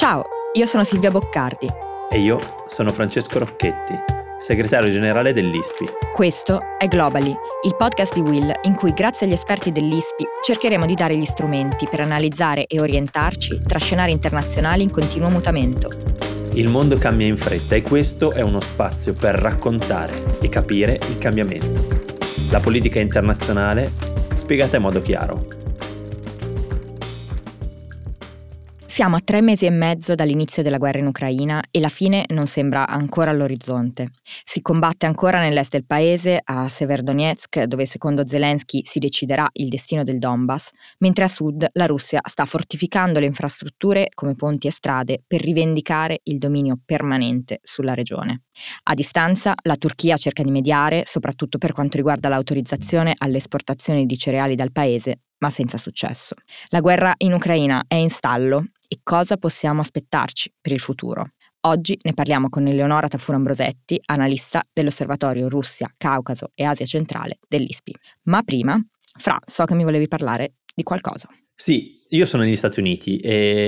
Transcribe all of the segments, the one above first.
Ciao, io sono Silvia Boccardi. E io sono Francesco Rocchetti, segretario generale dell'ISPI. Questo è Globally, il podcast di Will in cui grazie agli esperti dell'ISPI cercheremo di dare gli strumenti per analizzare e orientarci tra scenari internazionali in continuo mutamento. Il mondo cambia in fretta e questo è uno spazio per raccontare e capire il cambiamento. La politica internazionale spiegata in modo chiaro. Siamo a 3 mesi e mezzo dall'inizio della guerra in Ucraina e la fine non sembra ancora all'orizzonte. Si combatte ancora nell'est del paese, a Severodonetsk, dove secondo Zelensky si deciderà il destino del Donbass, mentre a sud la Russia sta fortificando le infrastrutture come ponti e strade per rivendicare il dominio permanente sulla regione. A distanza, la Turchia cerca di mediare, soprattutto per quanto riguarda l'autorizzazione alle esportazioni di cereali dal paese, ma senza successo. La guerra in Ucraina è in stallo e cosa possiamo aspettarci per il futuro? Oggi ne parliamo con Eleonora Tafur-Ambrosetti, analista dell'Osservatorio Russia, Caucaso e Asia Centrale dell'ISPI. Ma prima, Fra, so che mi volevi parlare di qualcosa. Sì, io sono negli Stati Uniti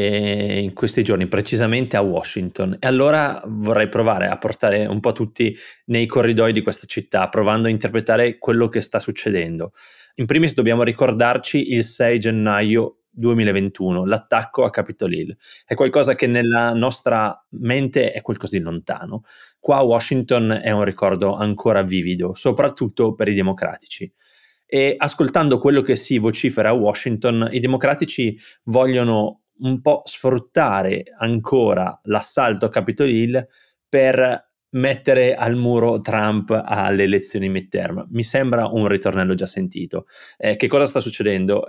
e in questi giorni precisamente a Washington e allora vorrei provare a portare un po' tutti nei corridoi di questa città, provando a interpretare quello che sta succedendo. In primis dobbiamo ricordarci il 6 gennaio 2021, l'attacco a Capitol Hill. È qualcosa che nella nostra mente è qualcosa di lontano. Qua a Washington è un ricordo ancora vivido, soprattutto per i democratici. E ascoltando quello che si vocifera a Washington, i democratici vogliono un po' sfruttare ancora l'assalto a Capitol Hill per mettere al muro Trump alle elezioni midterm. Mi sembra un ritornello già sentito. Che cosa sta succedendo?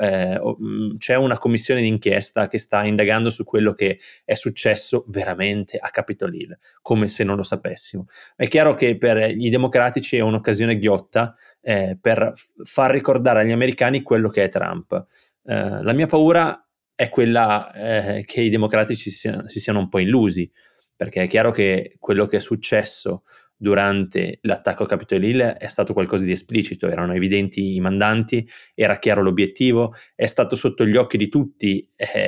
C'è una commissione d'inchiesta che sta indagando su quello che è successo veramente a Capitol Hill, come se non lo sapessimo. È chiaro che per i democratici è un'occasione ghiotta per far ricordare agli americani quello che è Trump. La mia paura è quella che i democratici si siano un po' illusi, perché è chiaro che quello che è successo durante l'attacco a Capitol Hill è stato qualcosa di esplicito, erano evidenti i mandanti, era chiaro l'obiettivo, è stato sotto gli occhi di tutti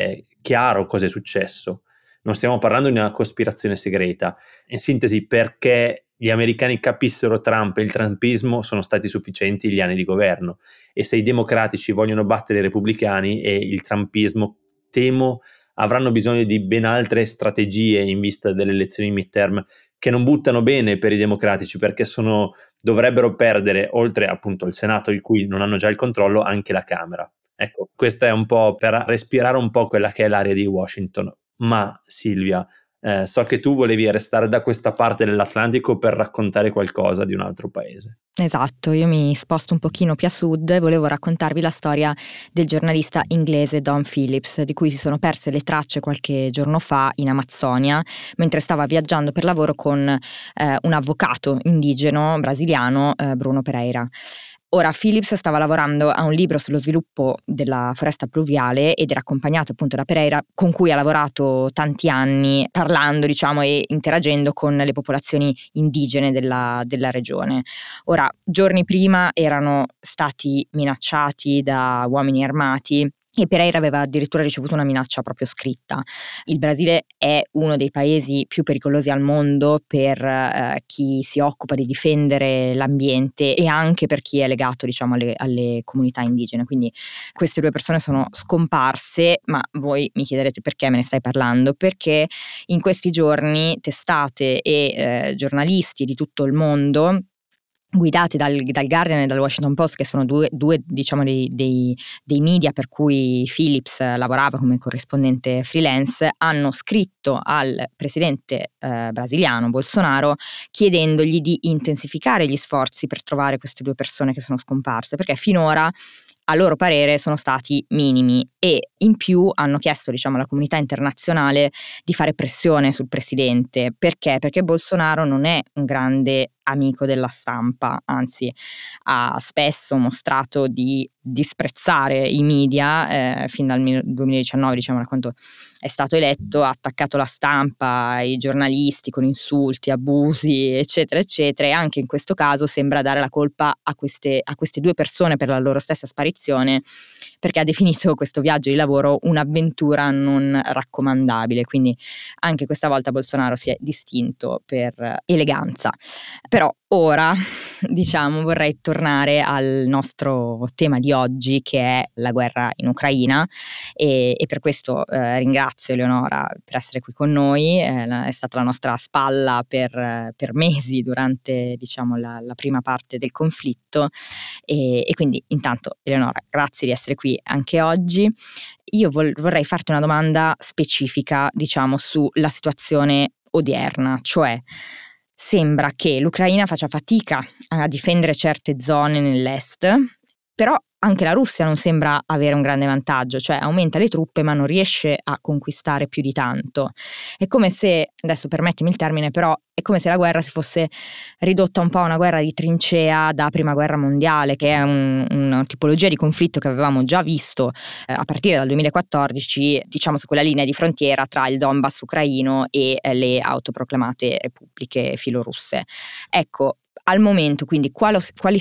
chiaro cosa è successo. Non stiamo parlando di una cospirazione segreta. In sintesi, perché gli americani capissero Trump e il trumpismo sono stati sufficienti gli anni di governo, e se i democratici vogliono battere i repubblicani e il trumpismo, temo avranno bisogno di ben altre strategie in vista delle elezioni midterm che non buttano bene per i democratici, perché dovrebbero perdere, oltre appunto al Senato di cui non hanno già il controllo, anche la Camera. Ecco, questa è un po' per respirare un po' quella che è l'area di Washington. Ma Silvia, so che tu volevi restare da questa parte dell'Atlantico per raccontare qualcosa di un altro paese. Esatto, io mi sposto un pochino più a sud e volevo raccontarvi la storia del giornalista inglese Dom Phillips, di cui si sono perse le tracce qualche giorno fa in Amazzonia, mentre stava viaggiando per lavoro con un avvocato indigeno brasiliano, Bruno Pereira. Ora, Phillips stava lavorando a un libro sullo sviluppo della foresta pluviale ed era accompagnato appunto da Pereira, con cui ha lavorato tanti anni, parlando, diciamo, e interagendo con le popolazioni indigene della regione. Ora, giorni prima erano stati minacciati da uomini armati e Pereira aveva addirittura ricevuto una minaccia proprio scritta. Il Brasile è uno dei paesi più pericolosi al mondo per chi si occupa di difendere l'ambiente e anche per chi è legato, diciamo, alle comunità indigene. Quindi queste due persone sono scomparse, ma voi mi chiederete perché me ne stai parlando? Perché in questi giorni testate e giornalisti di tutto il mondo, guidati dal Guardian e dal Washington Post, che sono due diciamo dei media per cui Phillips lavorava come corrispondente freelance, hanno scritto al presidente brasiliano Bolsonaro chiedendogli di intensificare gli sforzi per trovare queste due persone che sono scomparse, perché finora a loro parere sono stati minimi, e in più hanno chiesto, diciamo, alla comunità internazionale di fare pressione sul presidente. Perché? Perché Bolsonaro non è un grande amico della stampa, anzi ha spesso mostrato di disprezzare i media fin dal 2019, diciamo, da quando è stato eletto, ha attaccato la stampa, i giornalisti con insulti, abusi, eccetera eccetera, e anche in questo caso sembra dare la colpa a queste due persone per la loro stessa sparizione, perché ha definito questo viaggio di lavoro un'avventura non raccomandabile, quindi anche questa volta Bolsonaro si è distinto per eleganza. Però ora, diciamo, vorrei tornare al nostro tema di oggi, che è la guerra in Ucraina, e per questo ringrazio Eleonora per essere qui con noi, è stata la nostra spalla per mesi durante, diciamo, la prima parte del conflitto, e quindi intanto Eleonora, grazie di essere qui anche oggi. Io vorrei farti una domanda specifica, diciamo, sulla situazione odierna, cioè sembra che l'Ucraina faccia fatica a difendere certe zone nell'est, però anche la Russia non sembra avere un grande vantaggio, cioè aumenta le truppe ma non riesce a conquistare più di tanto. È come se, adesso permettimi il termine, però è come se la guerra si fosse ridotta un po' a una guerra di trincea da prima guerra mondiale, che è una tipologia di conflitto che avevamo già visto a partire dal 2014, diciamo su quella linea di frontiera tra il Donbass ucraino e le autoproclamate repubbliche filorusse. Ecco, al momento, quindi, quali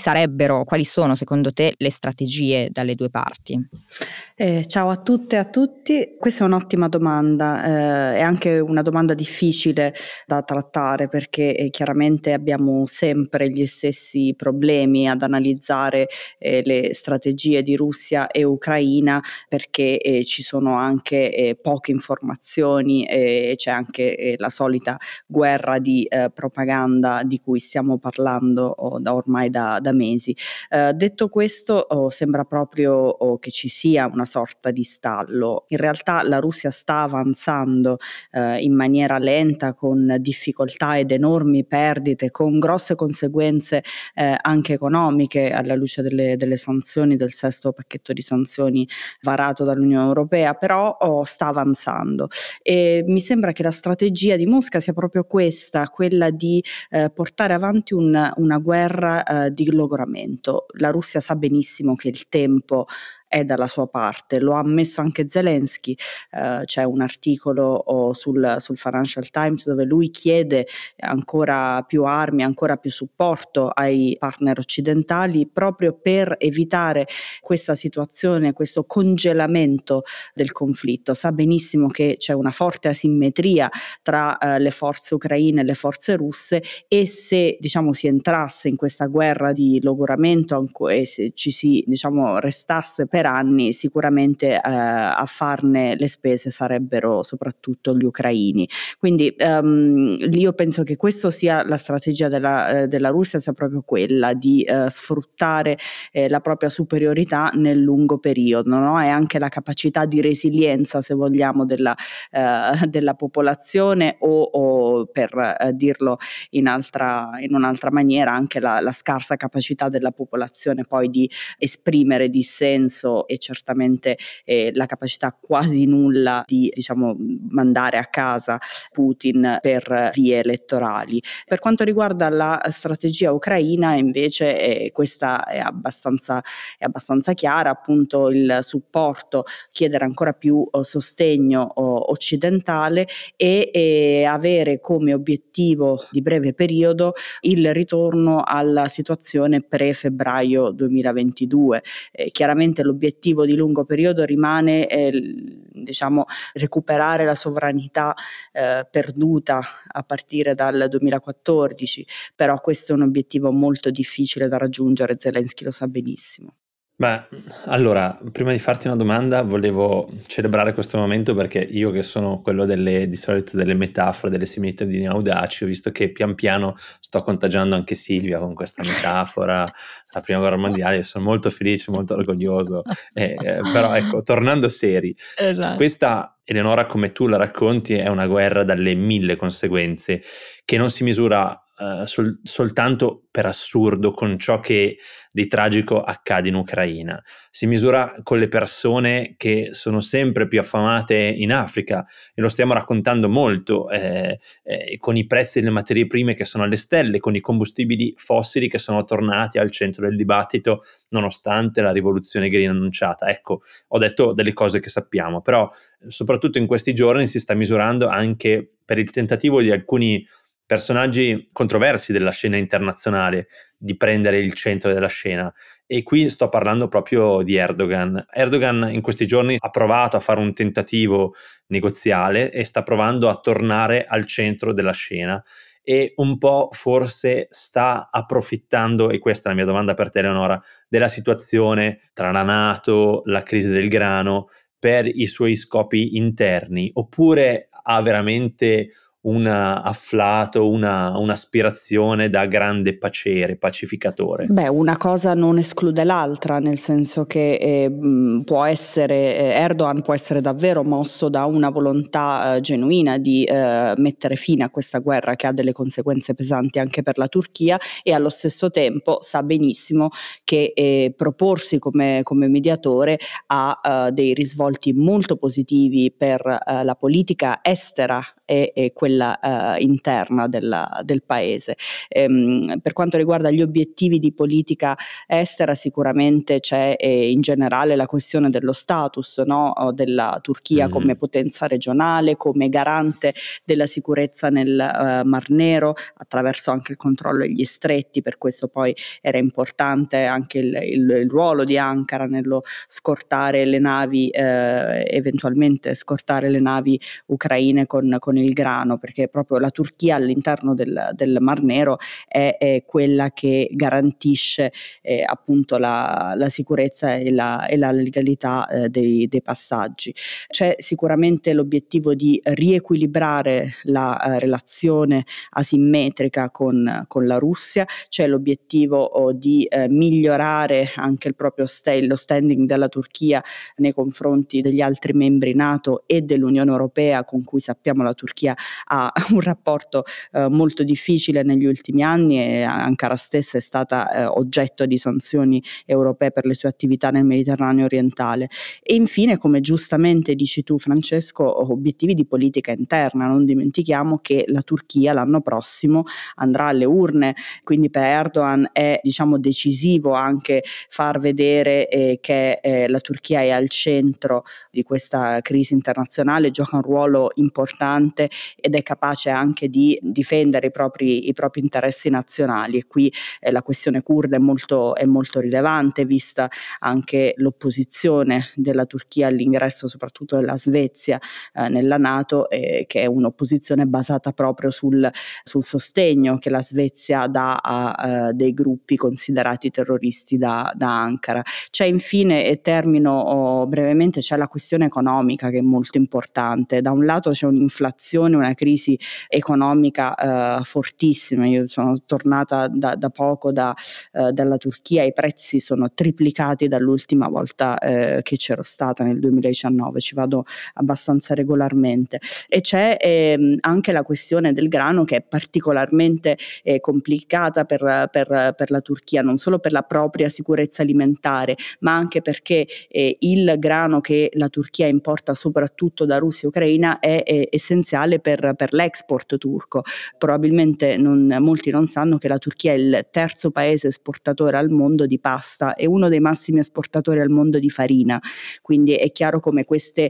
sono secondo te le strategie dalle due parti? Ciao a tutte e a tutti, questa è un'ottima domanda, è anche una domanda difficile da trattare perché chiaramente abbiamo sempre gli stessi problemi ad analizzare le strategie di Russia e Ucraina, perché ci sono anche poche informazioni e c'è anche la solita guerra di propaganda di cui stiamo parlando ormai da mesi. Detto questo, sembra proprio che ci sia una sorta di stallo. In realtà la Russia sta avanzando in maniera lenta, con difficoltà ed enormi perdite, con grosse conseguenze anche economiche alla luce delle sanzioni, del sesto pacchetto di sanzioni varato dall'Unione Europea, però sta avanzando. E mi sembra che la strategia di Mosca sia proprio questa, quella di portare avanti una guerra di logoramento. La Russia sa benissimo che il tempo è dalla sua parte, lo ha ammesso anche Zelensky. C'è un articolo sul Financial Times dove lui chiede ancora più armi, ancora più supporto ai partner occidentali, proprio per evitare questa situazione, questo congelamento del conflitto. Sa benissimo che c'è una forte asimmetria tra le forze ucraine e le forze russe, e se, diciamo, si entrasse in questa guerra di logoramento e se ci si, diciamo, restasse per anni, sicuramente a farne le spese sarebbero soprattutto gli ucraini. Quindi io penso che questa sia la strategia della Russia, sia proprio quella di sfruttare la propria superiorità nel lungo periodo, no? E anche la capacità di resilienza, se vogliamo, della popolazione, o per dirlo in un'altra maniera, anche la scarsa capacità della popolazione poi di esprimere dissenso, e certamente la capacità quasi nulla di, diciamo, mandare a casa Putin per vie elettorali. Per quanto riguarda la strategia ucraina, invece, questa è abbastanza chiara, appunto il supporto, chiedere ancora più sostegno occidentale, e avere come obiettivo di breve periodo il ritorno alla situazione pre-febbraio 2022. Chiaramente l'obiettivo di lungo periodo rimane diciamo, recuperare la sovranità perduta a partire dal 2014, però questo è un obiettivo molto difficile da raggiungere, Zelensky lo sa benissimo. Ma allora, prima di farti una domanda, volevo celebrare questo momento, perché io, che sono quello di solito delle metafore, delle similitudini audaci, ho visto che pian piano sto contagiando anche Silvia con questa metafora, la prima guerra mondiale. Sono molto felice, molto orgoglioso, però ecco, tornando seri, Esatto. questa, Eleonora, come tu la racconti, è una guerra dalle mille conseguenze, che non si misura soltanto per assurdo con ciò che di tragico accade in Ucraina, si misura con le persone che sono sempre più affamate in Africa, e lo stiamo raccontando molto, con i prezzi delle materie prime che sono alle stelle, con i combustibili fossili che sono tornati al centro del dibattito nonostante la rivoluzione green annunciata. Ecco, ho detto delle cose che sappiamo, però soprattutto in questi giorni si sta misurando anche per il tentativo di alcuni personaggi controversi della scena internazionale, di prendere il centro della scena. E qui sto parlando proprio di Erdogan. Erdogan in questi giorni ha provato a fare un tentativo negoziale e sta provando a tornare al centro della scena, e un po' forse sta approfittando, e questa è la mia domanda per te, Eleonora, della situazione tra la NATO, la crisi del grano, per i suoi scopi interni, oppure ha veramente un afflato, un'aspirazione da grande pacere, pacificatore? Beh, una cosa non esclude l'altra, nel senso che può essere, Erdogan può essere davvero mosso da una volontà genuina di mettere fine a questa guerra che ha delle conseguenze pesanti anche per la Turchia, e allo stesso tempo sa benissimo che proporsi come mediatore ha dei risvolti molto positivi per la politica estera e quella interna del paese. Per quanto riguarda gli obiettivi di politica estera, sicuramente c'è in generale la questione dello status, no, della Turchia come potenza regionale, come garante della sicurezza nel Mar Nero, attraverso anche il controllo degli stretti. Per questo poi era importante anche il ruolo di Ankara nello scortare le navi, eventualmente scortare le navi ucraine con il grano, perché proprio la Turchia all'interno del Mar Nero è quella che garantisce appunto la sicurezza e la legalità dei passaggi. C'è sicuramente l'obiettivo di riequilibrare la relazione asimmetrica con la Russia, c'è l'obiettivo di migliorare anche il proprio lo standing della Turchia nei confronti degli altri membri NATO e dell'Unione Europea, con cui sappiamo la Turchia ha un rapporto molto difficile negli ultimi anni, e Ankara stessa è stata oggetto di sanzioni europee per le sue attività nel Mediterraneo orientale. E infine, come giustamente dici tu, Francesco, obiettivi di politica interna. Non dimentichiamo che la Turchia l'anno prossimo andrà alle urne, quindi per Erdogan è, diciamo, decisivo anche far vedere che la Turchia è al centro di questa crisi internazionale, gioca un ruolo importante ed è capace anche di difendere i propri interessi nazionali. E qui la questione curda è molto rilevante, vista anche l'opposizione della Turchia all'ingresso soprattutto della Svezia nella NATO, che è un'opposizione basata proprio sul sostegno che la Svezia dà a dei gruppi considerati terroristi da Ankara. C'è infine, e termino brevemente, c'è la questione economica, che è molto importante. Da un lato c'è un'inflazione, una crisi economica fortissima. Io sono tornata da poco dalla Turchia, i prezzi sono triplicati dall'ultima volta che c'ero stata nel 2019, ci vado abbastanza regolarmente. E c'è anche la questione del grano, che è particolarmente complicata per la Turchia, non solo per la propria sicurezza alimentare, ma anche perché il grano che la Turchia importa soprattutto da Russia e Ucraina è essenziale per l'export turco. Probabilmente molti non sanno che la Turchia è il terzo paese esportatore al mondo di pasta e uno dei massimi esportatori al mondo di farina, quindi è chiaro come questa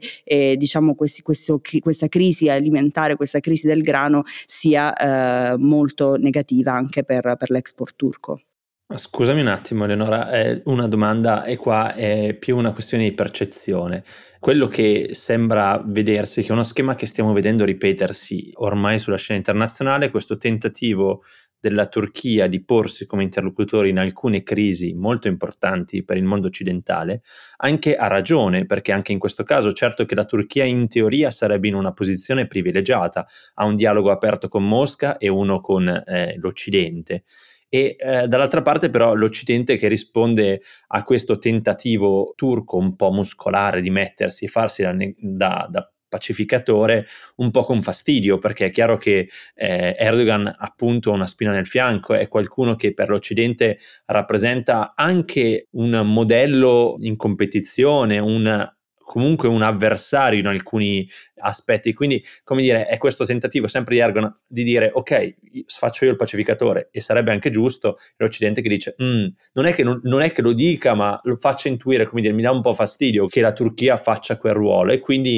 crisi alimentare, questa crisi del grano sia molto negativa anche per l'export turco. Scusami un attimo, Eleonora, una domanda, e qua è più una questione di percezione. Quello che sembra vedersi, che è uno schema che stiamo vedendo ripetersi ormai sulla scena internazionale, questo tentativo della Turchia di porsi come interlocutore in alcune crisi molto importanti per il mondo occidentale, anche a ragione, perché anche in questo caso, certo che la Turchia in teoria sarebbe in una posizione privilegiata, ha un dialogo aperto con Mosca e uno con l'Occidente. E dall'altra parte però l'Occidente che risponde a questo tentativo turco un po' muscolare di mettersi e farsi da pacificatore un po' con fastidio, perché è chiaro che Erdogan appunto ha una spina nel fianco, è qualcuno che per l'Occidente rappresenta anche un modello in competizione, comunque un avversario in alcuni aspetti. Quindi, come dire, è questo tentativo sempre di Erdogan di dire ok, faccio io il pacificatore, e sarebbe anche giusto, l'Occidente che dice non è che lo dica, ma lo faccia intuire, come dire, mi dà un po' fastidio che la Turchia faccia quel ruolo, e quindi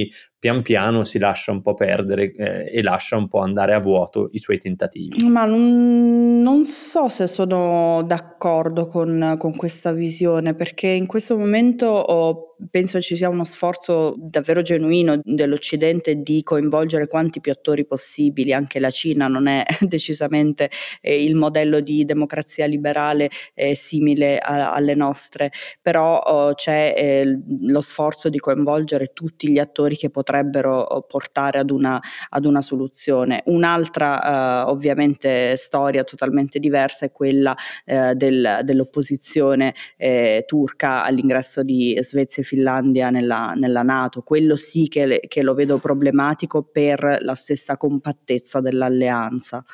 pian piano si lascia un po' perdere e lascia un po' andare a vuoto i suoi tentativi. Ma non so se sono d'accordo con questa visione, perché in questo momento penso ci sia uno sforzo davvero genuino dell'Occidente di coinvolgere quanti più attori possibili. Anche la Cina non è decisamente il modello di democrazia liberale simile alle nostre, però c'è lo sforzo di coinvolgere tutti gli attori che potrebbero portare ad una soluzione. Un'altra ovviamente storia totalmente diversa è quella dell'opposizione turca all'ingresso di Svezia e Finlandia nella NATO. Quello sì che lo vedo problematico per la stessa compattezza dell'alleanza.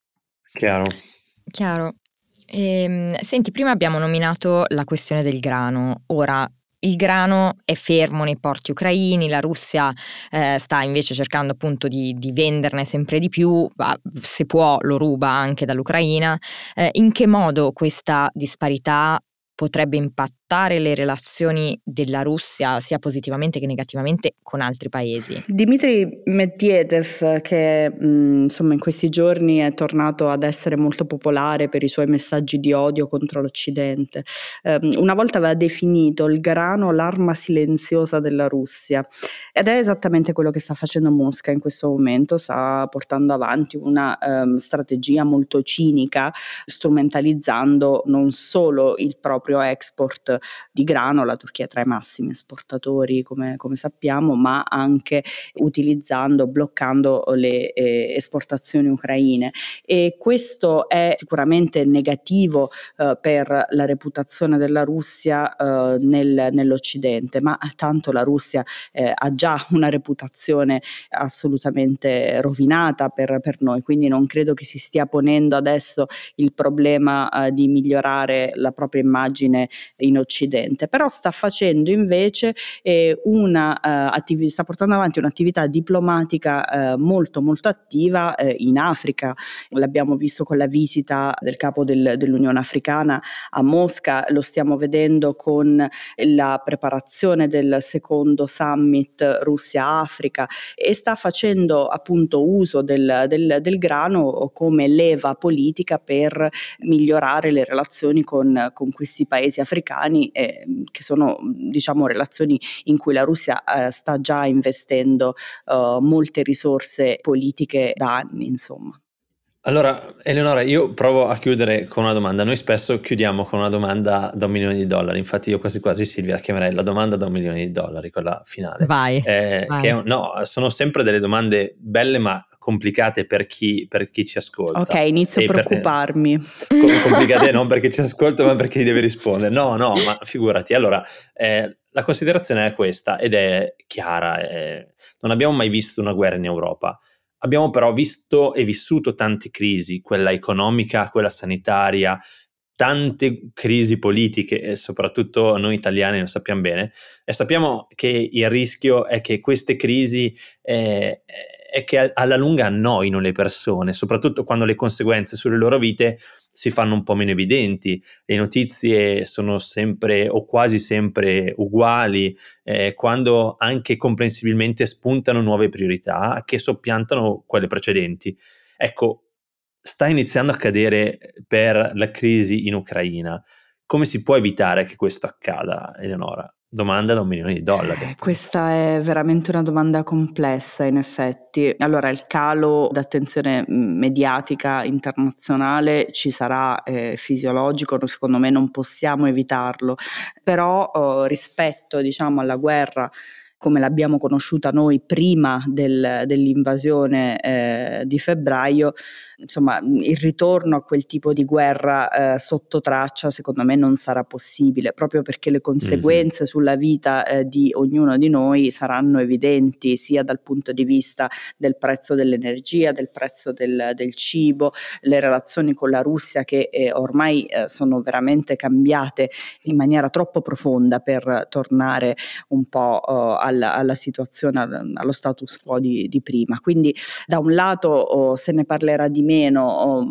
Chiaro. Senti, prima abbiamo nominato la questione del grano. Ora, il grano è fermo nei porti ucraini, la Russia sta invece cercando appunto di venderne sempre di più, se può lo ruba anche dall'Ucraina. In che modo questa disparità potrebbe impattare le relazioni della Russia sia positivamente che negativamente con altri paesi? Dmitry Medvedev, che insomma in questi giorni è tornato ad essere molto popolare per i suoi messaggi di odio contro l'Occidente, una volta aveva definito il grano l'arma silenziosa della Russia, ed è esattamente quello che sta facendo Mosca in questo momento. Sta portando avanti una strategia molto cinica, strumentalizzando non solo il proprio export di grano. La Turchia è tra i massimi esportatori come sappiamo, ma anche bloccando le esportazioni ucraine, e questo è sicuramente negativo per la reputazione della Russia nell'Occidente, ma tanto la Russia ha già una reputazione assolutamente rovinata per noi, quindi non credo che si stia ponendo adesso il problema di migliorare la propria immagine in Occidente, però sta facendo invece sta portando avanti un'attività diplomatica molto molto attiva in Africa. L'abbiamo visto con la visita del capo dell'Unione Africana a Mosca, lo stiamo vedendo con la preparazione del secondo summit Russia-Africa, e sta facendo appunto uso del grano come leva politica per migliorare le relazioni con questi paesi africani, che sono, diciamo, relazioni in cui la Russia sta già investendo molte risorse politiche da anni, insomma. Allora, Eleonora, io provo a chiudere con una domanda. Noi spesso chiudiamo con una domanda da $1 milione, infatti io quasi quasi Silvia la chiamerei la domanda da $1 milione, quella finale. Vai. No, sono sempre delle domande belle ma complicate per chi ci ascolta. Ok, inizio a preoccuparmi. Complicate non perché ci ascolta, ma perché deve rispondere. No, ma figurati. Allora, la considerazione è questa ed è chiara. Non abbiamo mai visto una guerra in Europa. Abbiamo però visto e vissuto tante crisi, quella economica, quella sanitaria, tante crisi politiche, e soprattutto noi italiani lo sappiamo bene, e sappiamo che il rischio è che queste crisi è che alla lunga annoino le persone, soprattutto quando le conseguenze sulle loro vite si fanno un po' meno evidenti. Le notizie sono sempre o quasi sempre uguali, quando anche comprensibilmente spuntano nuove priorità che soppiantano quelle precedenti. Ecco, sta iniziando a accadere per la crisi in Ucraina. Come si può evitare che questo accada, Eleonora? Domanda da $1 milione. Questa è veramente una domanda complessa, in effetti. Allora, il calo d'attenzione mediatica internazionale ci sarà, fisiologico, secondo me non possiamo evitarlo, però rispetto, diciamo, alla guerra come l'abbiamo conosciuta noi prima dell'invasione di febbraio, insomma, il ritorno a quel tipo di guerra sotto traccia secondo me non sarà possibile, proprio perché le conseguenze sulla vita di ognuno di noi saranno evidenti, sia dal punto di vista del prezzo dell'energia, del prezzo del cibo, le relazioni con la Russia che ormai sono veramente cambiate in maniera troppo profonda per tornare un po' alla situazione, allo status quo di prima. Quindi da un lato se ne parlerà di meno,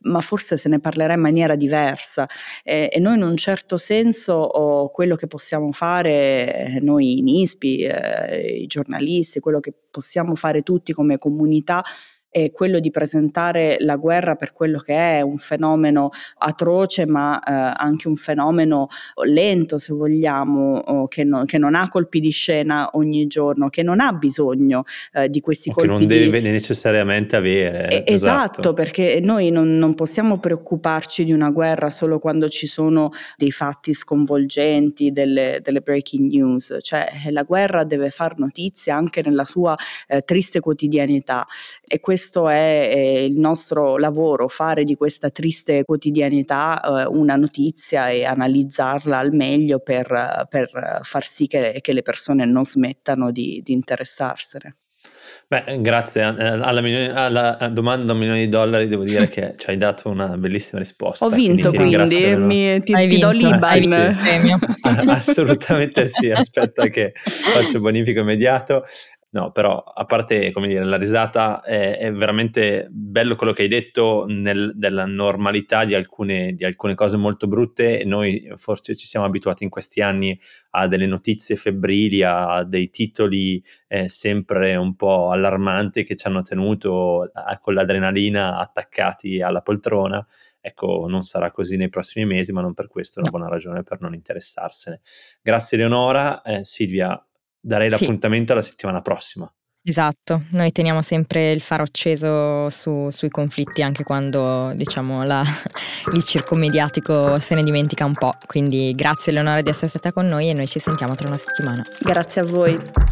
ma forse se ne parlerà in maniera diversa, e noi in un certo senso quello che possiamo fare noi in ISPI, i giornalisti, quello che possiamo fare tutti come comunità è quello di presentare la guerra per quello che è, un fenomeno atroce, ma anche un fenomeno lento, se vogliamo, che non ha colpi di scena ogni giorno, che non ha bisogno di questi colpi che non deve necessariamente avere. Esatto, perché noi non possiamo preoccuparci di una guerra solo quando ci sono dei fatti sconvolgenti, delle breaking news, cioè la guerra deve far notizia anche nella sua triste quotidianità, e questo è il nostro lavoro, fare di questa triste quotidianità una notizia e analizzarla al meglio per far sì che le persone non smettano di interessarsene. Beh, grazie alla domanda $1 milione, devo dire che ci hai dato una bellissima risposta. Ho vinto, quindi ti do l'IBAN. Sì. Premio. Assolutamente sì, aspetta che faccio il bonifico immediato. No, però a parte, come dire, la risata, è veramente bello quello che hai detto della normalità di alcune cose molto brutte. Noi forse ci siamo abituati in questi anni a delle notizie febbrili, a dei titoli sempre un po' allarmanti che ci hanno tenuto con l'adrenalina attaccati alla poltrona. Ecco, non sarà così nei prossimi mesi, ma non per questo è una buona ragione per non interessarsene. Grazie Eleonora. Silvia, darei l'appuntamento alla settimana prossima. Esatto, noi teniamo sempre il faro acceso sui conflitti, anche quando diciamo il circo mediatico se ne dimentica un po'. Quindi grazie Eleonora di essere stata con noi, e noi ci sentiamo tra una settimana. Grazie a voi.